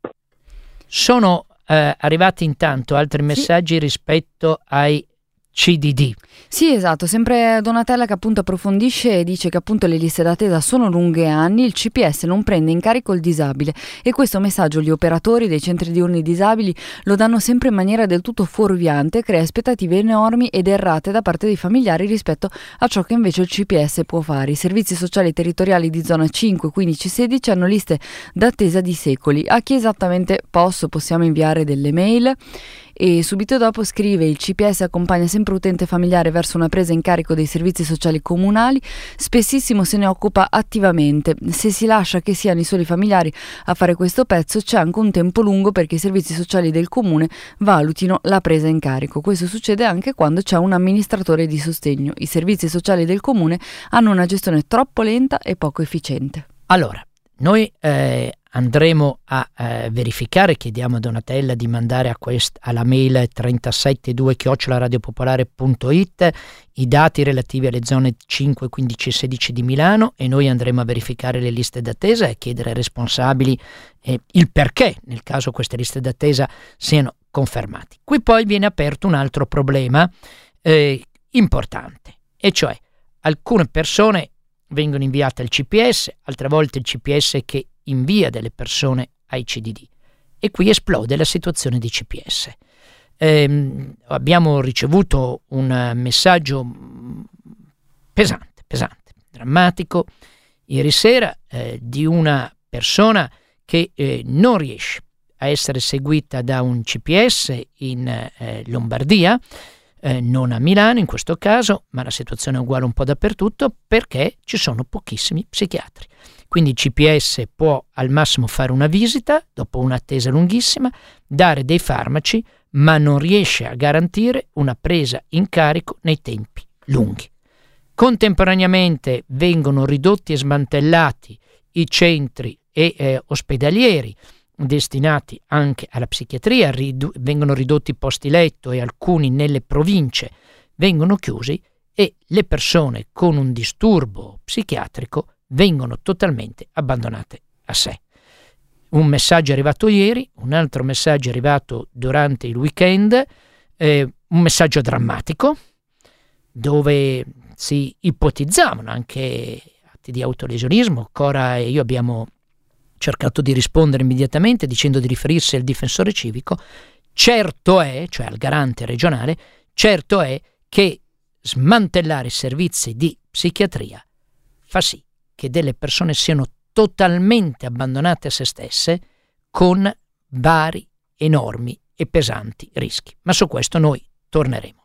Sono eh, arrivati intanto altri messaggi sì. rispetto ai C D D.
Sì, esatto, sempre Donatella che appunto approfondisce e dice che appunto le liste d'attesa sono lunghe anni, il C P S non prende in carico il disabile e questo messaggio gli operatori dei centri diurni disabili lo danno sempre in maniera del tutto fuorviante, crea aspettative enormi ed errate da parte dei familiari rispetto a ciò che invece il C P S può fare. I servizi sociali territoriali di zona cinque, quindici, sedici hanno liste d'attesa di secoli. A chi esattamente posso, possiamo inviare delle mail? E subito dopo scrive: il C P S accompagna sempre utente familiare verso una presa in carico dei servizi sociali comunali, spessissimo se ne occupa attivamente. Se si lascia che siano i soli familiari a fare questo pezzo c'è anche un tempo lungo perché i servizi sociali del comune valutino la presa in carico. Questo succede anche quando c'è un amministratore di sostegno. I servizi sociali del comune hanno una gestione troppo lenta e poco efficiente.
Allora, noi eh, andremo a eh, verificare, chiediamo a Donatella di mandare a quest- alla mail trentasette due chiocciola radiopopolare punto it i dati relativi alle zone cinque, quindici e sedici di Milano e noi andremo a verificare le liste d'attesa e chiedere ai responsabili eh, il perché nel caso queste liste d'attesa siano confermate. Qui poi viene aperto un altro problema eh, importante, e cioè alcune persone vengono inviate al C P S, altre volte il C P S che invia delle persone ai C D D e qui esplode la situazione di C P S. Eh, abbiamo ricevuto un messaggio pesante, pesante, drammatico ieri sera eh, di una persona che eh, non riesce a essere seguita da un C P S in eh, Lombardia, Eh, non a Milano in questo caso, ma la situazione è uguale un po' dappertutto perché ci sono pochissimi psichiatri. Quindi il C P S può al massimo fare una visita dopo un'attesa lunghissima, dare dei farmaci, ma non riesce a garantire una presa in carico nei tempi lunghi. Contemporaneamente vengono ridotti e smantellati i centri e eh, ospedalieri destinati anche alla psichiatria, ridu- vengono ridotti i posti letto e alcuni nelle province vengono chiusi e le persone con un disturbo psichiatrico vengono totalmente abbandonate a sé. Un messaggio è arrivato ieri, un altro messaggio è arrivato durante il weekend, eh, un messaggio drammatico dove si ipotizzavano anche atti di autolesionismo. Cora e io abbiamo cercato di rispondere immediatamente dicendo di riferirsi al difensore civico. Certo è, cioè al garante regionale, certo è che smantellare i servizi di psichiatria fa sì che delle persone siano totalmente abbandonate a se stesse con vari, enormi e pesanti rischi. Ma su questo noi torneremo.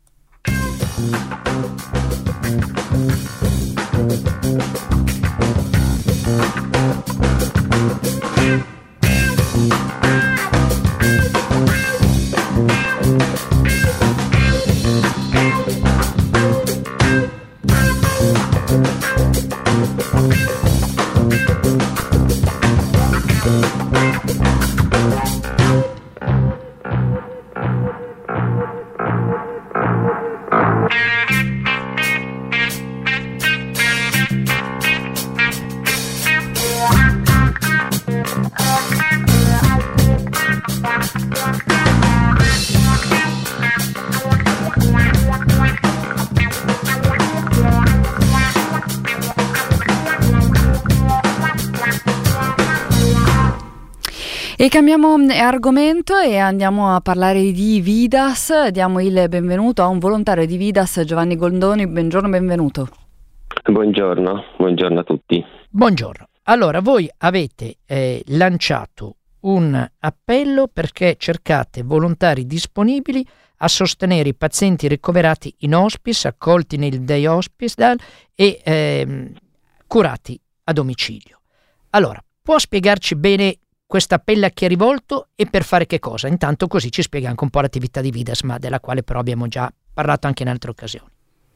E cambiamo argomento e andiamo a parlare di Vidas. Diamo il benvenuto a un volontario di Vidas, Giovanni Goldoni. Buongiorno, benvenuto.
Buongiorno, buongiorno a tutti.
Buongiorno. Allora, voi avete eh, lanciato un appello perché cercate volontari disponibili a sostenere i pazienti ricoverati in hospice, accolti nel day hospital e eh, curati a domicilio. Allora, può spiegarci bene questa appella a chi è rivolto e per fare che cosa? Intanto così ci spiega anche un po' l'attività di Vidas, ma della quale però abbiamo già parlato anche in altre occasioni.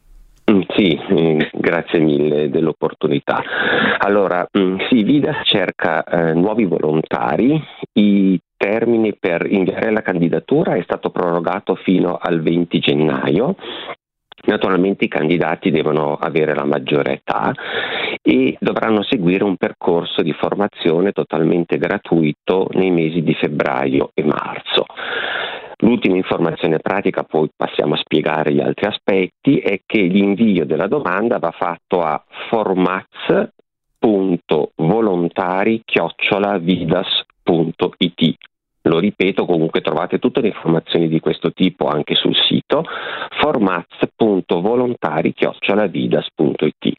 Sì, grazie mille dell'opportunità. Allora, sì, Vidas cerca eh, nuovi volontari. I termini per inviare la candidatura è stato prorogato fino al venti gennaio. Naturalmente i candidati devono avere la maggiore età e dovranno seguire un percorso di formazione totalmente gratuito nei mesi di febbraio e marzo. L'ultima informazione pratica, poi passiamo a spiegare gli altri aspetti, è che l'invio della domanda va fatto a formaz punto volontari chiocciola vidas punto it. Lo ripeto, comunque trovate tutte le informazioni di questo tipo anche sul sito formaz punto volontari chiocciola vidas punto it.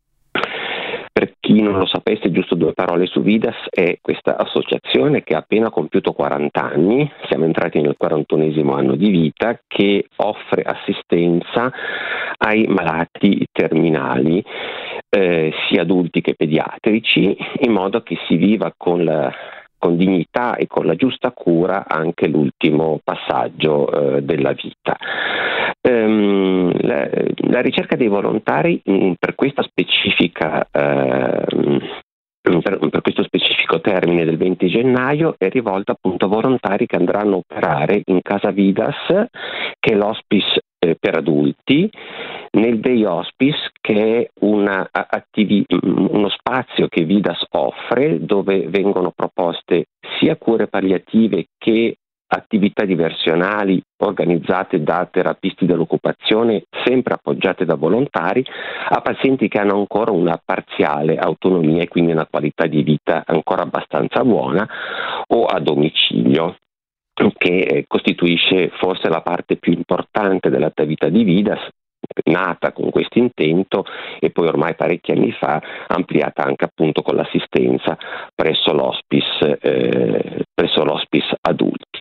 Per chi non lo sapesse, giusto due parole su Vidas, è questa associazione che ha appena compiuto quaranta anni, siamo entrati nel quarantunesimo anno di vita, che offre assistenza ai malati terminali, eh, sia adulti che pediatrici, in modo che si viva con la con dignità e con la giusta cura anche l'ultimo passaggio eh, della vita. Ehm, la, la ricerca dei volontari mh, per questa specifica eh, per, per questo specifico termine del venti gennaio è rivolta appunto a volontari che andranno a operare in Casa Vidas, che è l'hospice eh, per adulti, nel Day Hospice, che è una attivi- uno spazio che Vidas offre, dove vengono proposte sia cure palliative che attività diversionali organizzate da terapisti dell'occupazione, sempre appoggiate da volontari, a pazienti che hanno ancora una parziale autonomia e quindi una qualità di vita ancora abbastanza buona, o a domicilio, che costituisce forse la parte più importante dell'attività di Vidas, nata con questo intento e poi ormai parecchi anni fa ampliata anche appunto con l'assistenza presso l'hospice, eh, presso l'hospice adulti.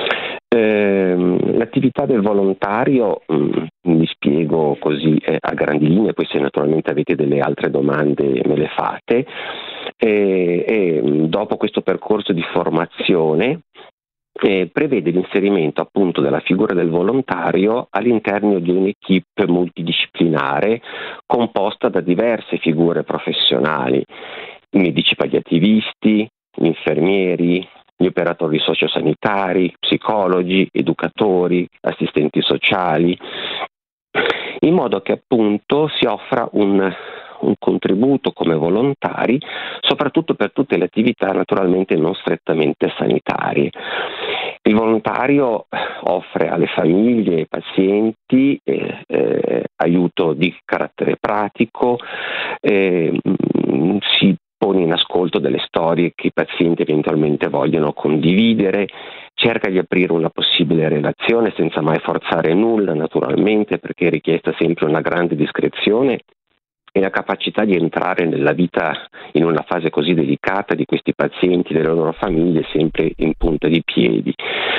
Eh, l'attività del volontario, mh, mi spiego così eh, a grandi linee, poi se naturalmente avete delle altre domande me le fate, e, e dopo questo percorso di formazione Eh, prevede l'inserimento appunto della figura del volontario all'interno di un'equipe multidisciplinare composta da diverse figure professionali, i medici palliativisti, gli infermieri, gli operatori sociosanitari, psicologi, educatori, assistenti sociali. in modo che appunto si offra un un contributo come volontari, soprattutto per tutte le attività naturalmente non strettamente sanitarie. Il volontario offre alle famiglie e ai pazienti eh, eh, aiuto di carattere pratico, eh, si pone in ascolto delle storie che i pazienti eventualmente vogliono condividere, cerca di aprire una possibile relazione senza mai forzare nulla naturalmente, perché è richiesta sempre una grande discrezione e la capacità di entrare nella vita in una fase così delicata di questi pazienti, delle loro famiglie, sempre in punta di piedi.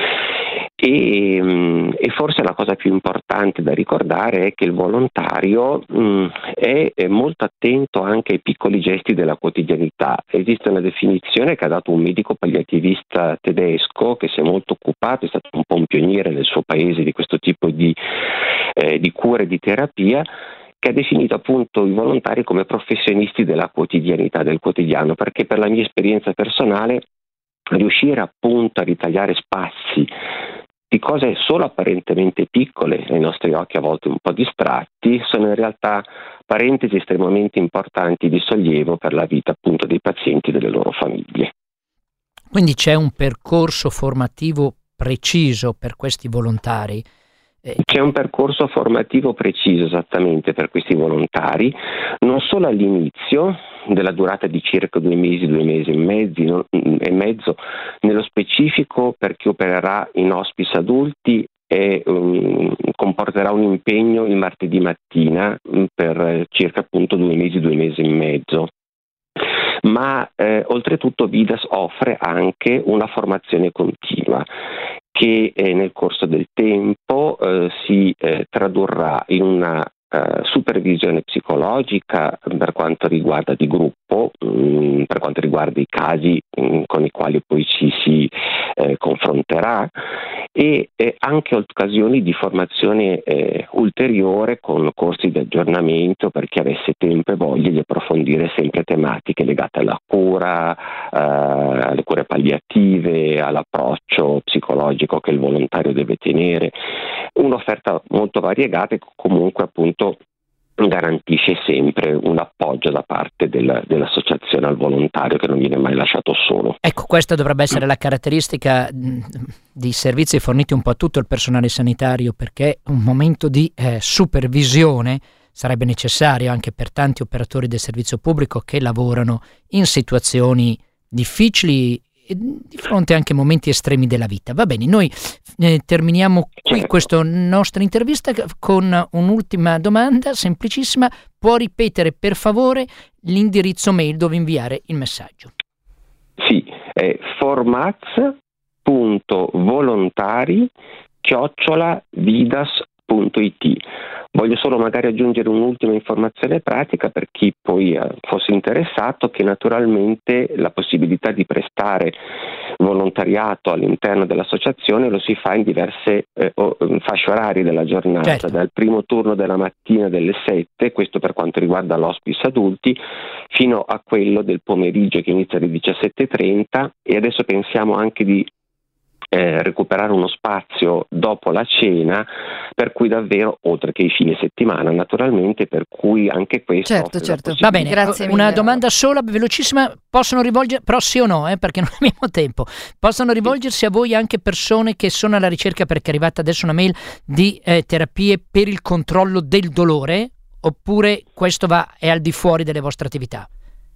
E, e forse la cosa più importante da ricordare è che il volontario mh, è, è molto attento anche ai piccoli gesti della quotidianità. Esiste una definizione che ha dato un medico palliativista tedesco che si è molto occupato, è stato un po' un pioniere nel suo paese di questo tipo di, eh, di cura e di terapia, che ha definito appunto i volontari come professionisti della quotidianità, del quotidiano, perché per la mia esperienza personale riuscire appunto a ritagliare spazi di cose solo apparentemente piccole, ai nostri occhi a volte un po' distratti, sono in realtà parentesi estremamente importanti di sollievo per la vita appunto dei pazienti e delle loro famiglie.
Quindi c'è un percorso formativo preciso per questi volontari?
C'è un percorso formativo preciso esattamente per questi volontari, non solo all'inizio, della durata di circa due mesi, due mesi e mezzi, no, e mezzo, nello specifico per chi opererà in hospice adulti e um, comporterà un impegno il martedì mattina um, per circa appunto due mesi, due mesi e mezzo. Ma eh, oltretutto Vidas offre anche una formazione continua che eh, nel corso del tempo eh, si eh, tradurrà in una eh, supervisione psicologica per quanto riguarda di gruppo, mh, per quanto riguarda i casi mh, con i quali poi ci si eh, confronterà e eh, anche occasioni di formazione eh, ulteriore con corsi di aggiornamento per chi avesse tempo e voglia di approfondire sempre tematiche legate alla cura, eh, alle cure palliative, all'approccio psicologico che il volontario deve tenere, un'offerta molto variegata e comunque appunto garantisce sempre un appoggio da parte del, dell'associazione al volontario che non viene mai lasciato solo.
Ecco, questa dovrebbe essere la caratteristica di servizi forniti un po' a tutto il personale sanitario, perché un momento di eh, supervisione sarebbe necessario anche per tanti operatori del servizio pubblico che lavorano in situazioni difficili e di fronte anche a momenti estremi della vita. Va bene, noi eh, terminiamo qui
certo.
questa nostra intervista con un'ultima domanda semplicissima. Può ripetere per favore l'indirizzo mail dove inviare il messaggio?
Sì, è formaz punto volontari chiocciola vidas punto it. Voglio solo magari aggiungere un'ultima informazione pratica per chi poi eh, fosse interessato, che naturalmente la possibilità di prestare volontariato all'interno dell'associazione lo si fa in diverse eh, fasce orarie della giornata,
certo.
Dal primo turno della mattina delle sette, questo per quanto riguarda l'hospice adulti, fino a quello del pomeriggio che inizia alle diciassette e trenta, e adesso pensiamo anche di Eh, recuperare uno spazio dopo la cena, per cui davvero, oltre che i fine settimana naturalmente, per cui anche questo
certo, certo.
Va bene,
grazie
una
mille.
domanda sola, velocissima, possono rivolgere, però sì o no, eh, perché non abbiamo tempo, possono rivolgersi a voi anche persone che sono alla ricerca, perché è arrivata adesso una mail, di eh, terapie per il controllo del dolore, oppure questo va è al di fuori delle vostre attività?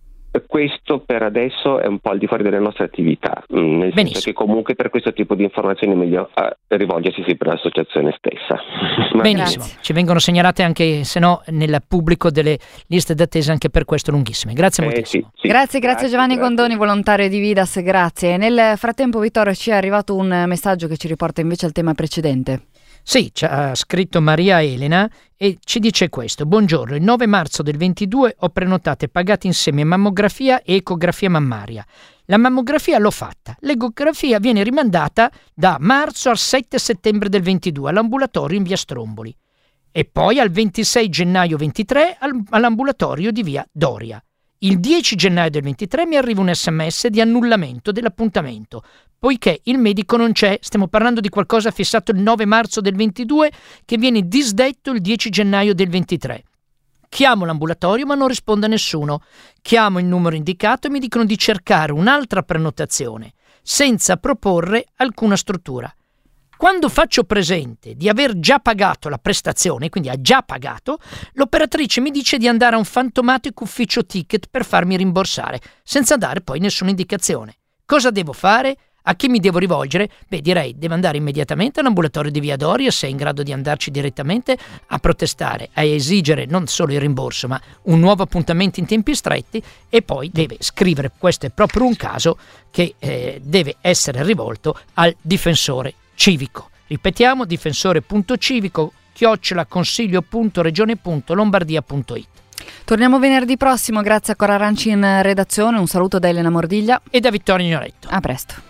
Questo per adesso è un po' al di fuori delle nostre attività, nel
Benissimo.
senso che comunque per questo tipo di informazioni è meglio eh, rivolgersi sempre all'associazione stessa.
Benissimo,
Grazie.
ci vengono segnalate anche, se no, nel pubblico delle liste d'attesa anche per questo lunghissime. Grazie
Eh,
moltissimo.
sì, sì.
Grazie, grazie Giovanni
grazie.
Condoni, volontario di Vidas, grazie. Nel frattempo, Vittorio, ci è arrivato un messaggio che ci riporta invece al tema precedente.
Sì, ci ha scritto Maria Elena e ci dice questo. Buongiorno, il nove marzo del ventidue ho prenotato e pagato insieme mammografia e ecografia mammaria. La mammografia l'ho fatta, l'ecografia viene rimandata da marzo al sette settembre del ventidue all'ambulatorio in via Stromboli e poi al ventisei gennaio ventitré all'ambulatorio di via Doria. Il dieci gennaio del ventitré mi arriva un sms di annullamento dell'appuntamento, poiché il medico non c'è. Stiamo parlando di qualcosa fissato il nove marzo del ventidue che viene disdetto il dieci gennaio del ventitré. Chiamo l'ambulatorio ma non risponde nessuno. Chiamo il numero indicato e mi dicono di cercare un'altra prenotazione, senza proporre alcuna struttura. Quando faccio presente di aver già pagato la prestazione, quindi ha già pagato, l'operatrice mi dice di andare a un fantomatico ufficio ticket per farmi rimborsare, senza dare poi nessuna indicazione. Cosa devo fare? A chi mi devo rivolgere? Beh, direi devo andare immediatamente all'ambulatorio di Via Doria, se è in grado di andarci direttamente, a protestare, a esigere non solo il rimborso, ma un nuovo appuntamento in tempi stretti, e poi deve scrivere, questo è proprio un caso che eh, deve essere rivolto al difensore civico. Ripetiamo, difensore.civico chiocciola consiglio punto regione punto lombardia punto it.
Torniamo venerdì prossimo, grazie a Cora Aranci in redazione, un saluto da Elena Mordiglia
e da Vittorio Ignoretto.
A presto.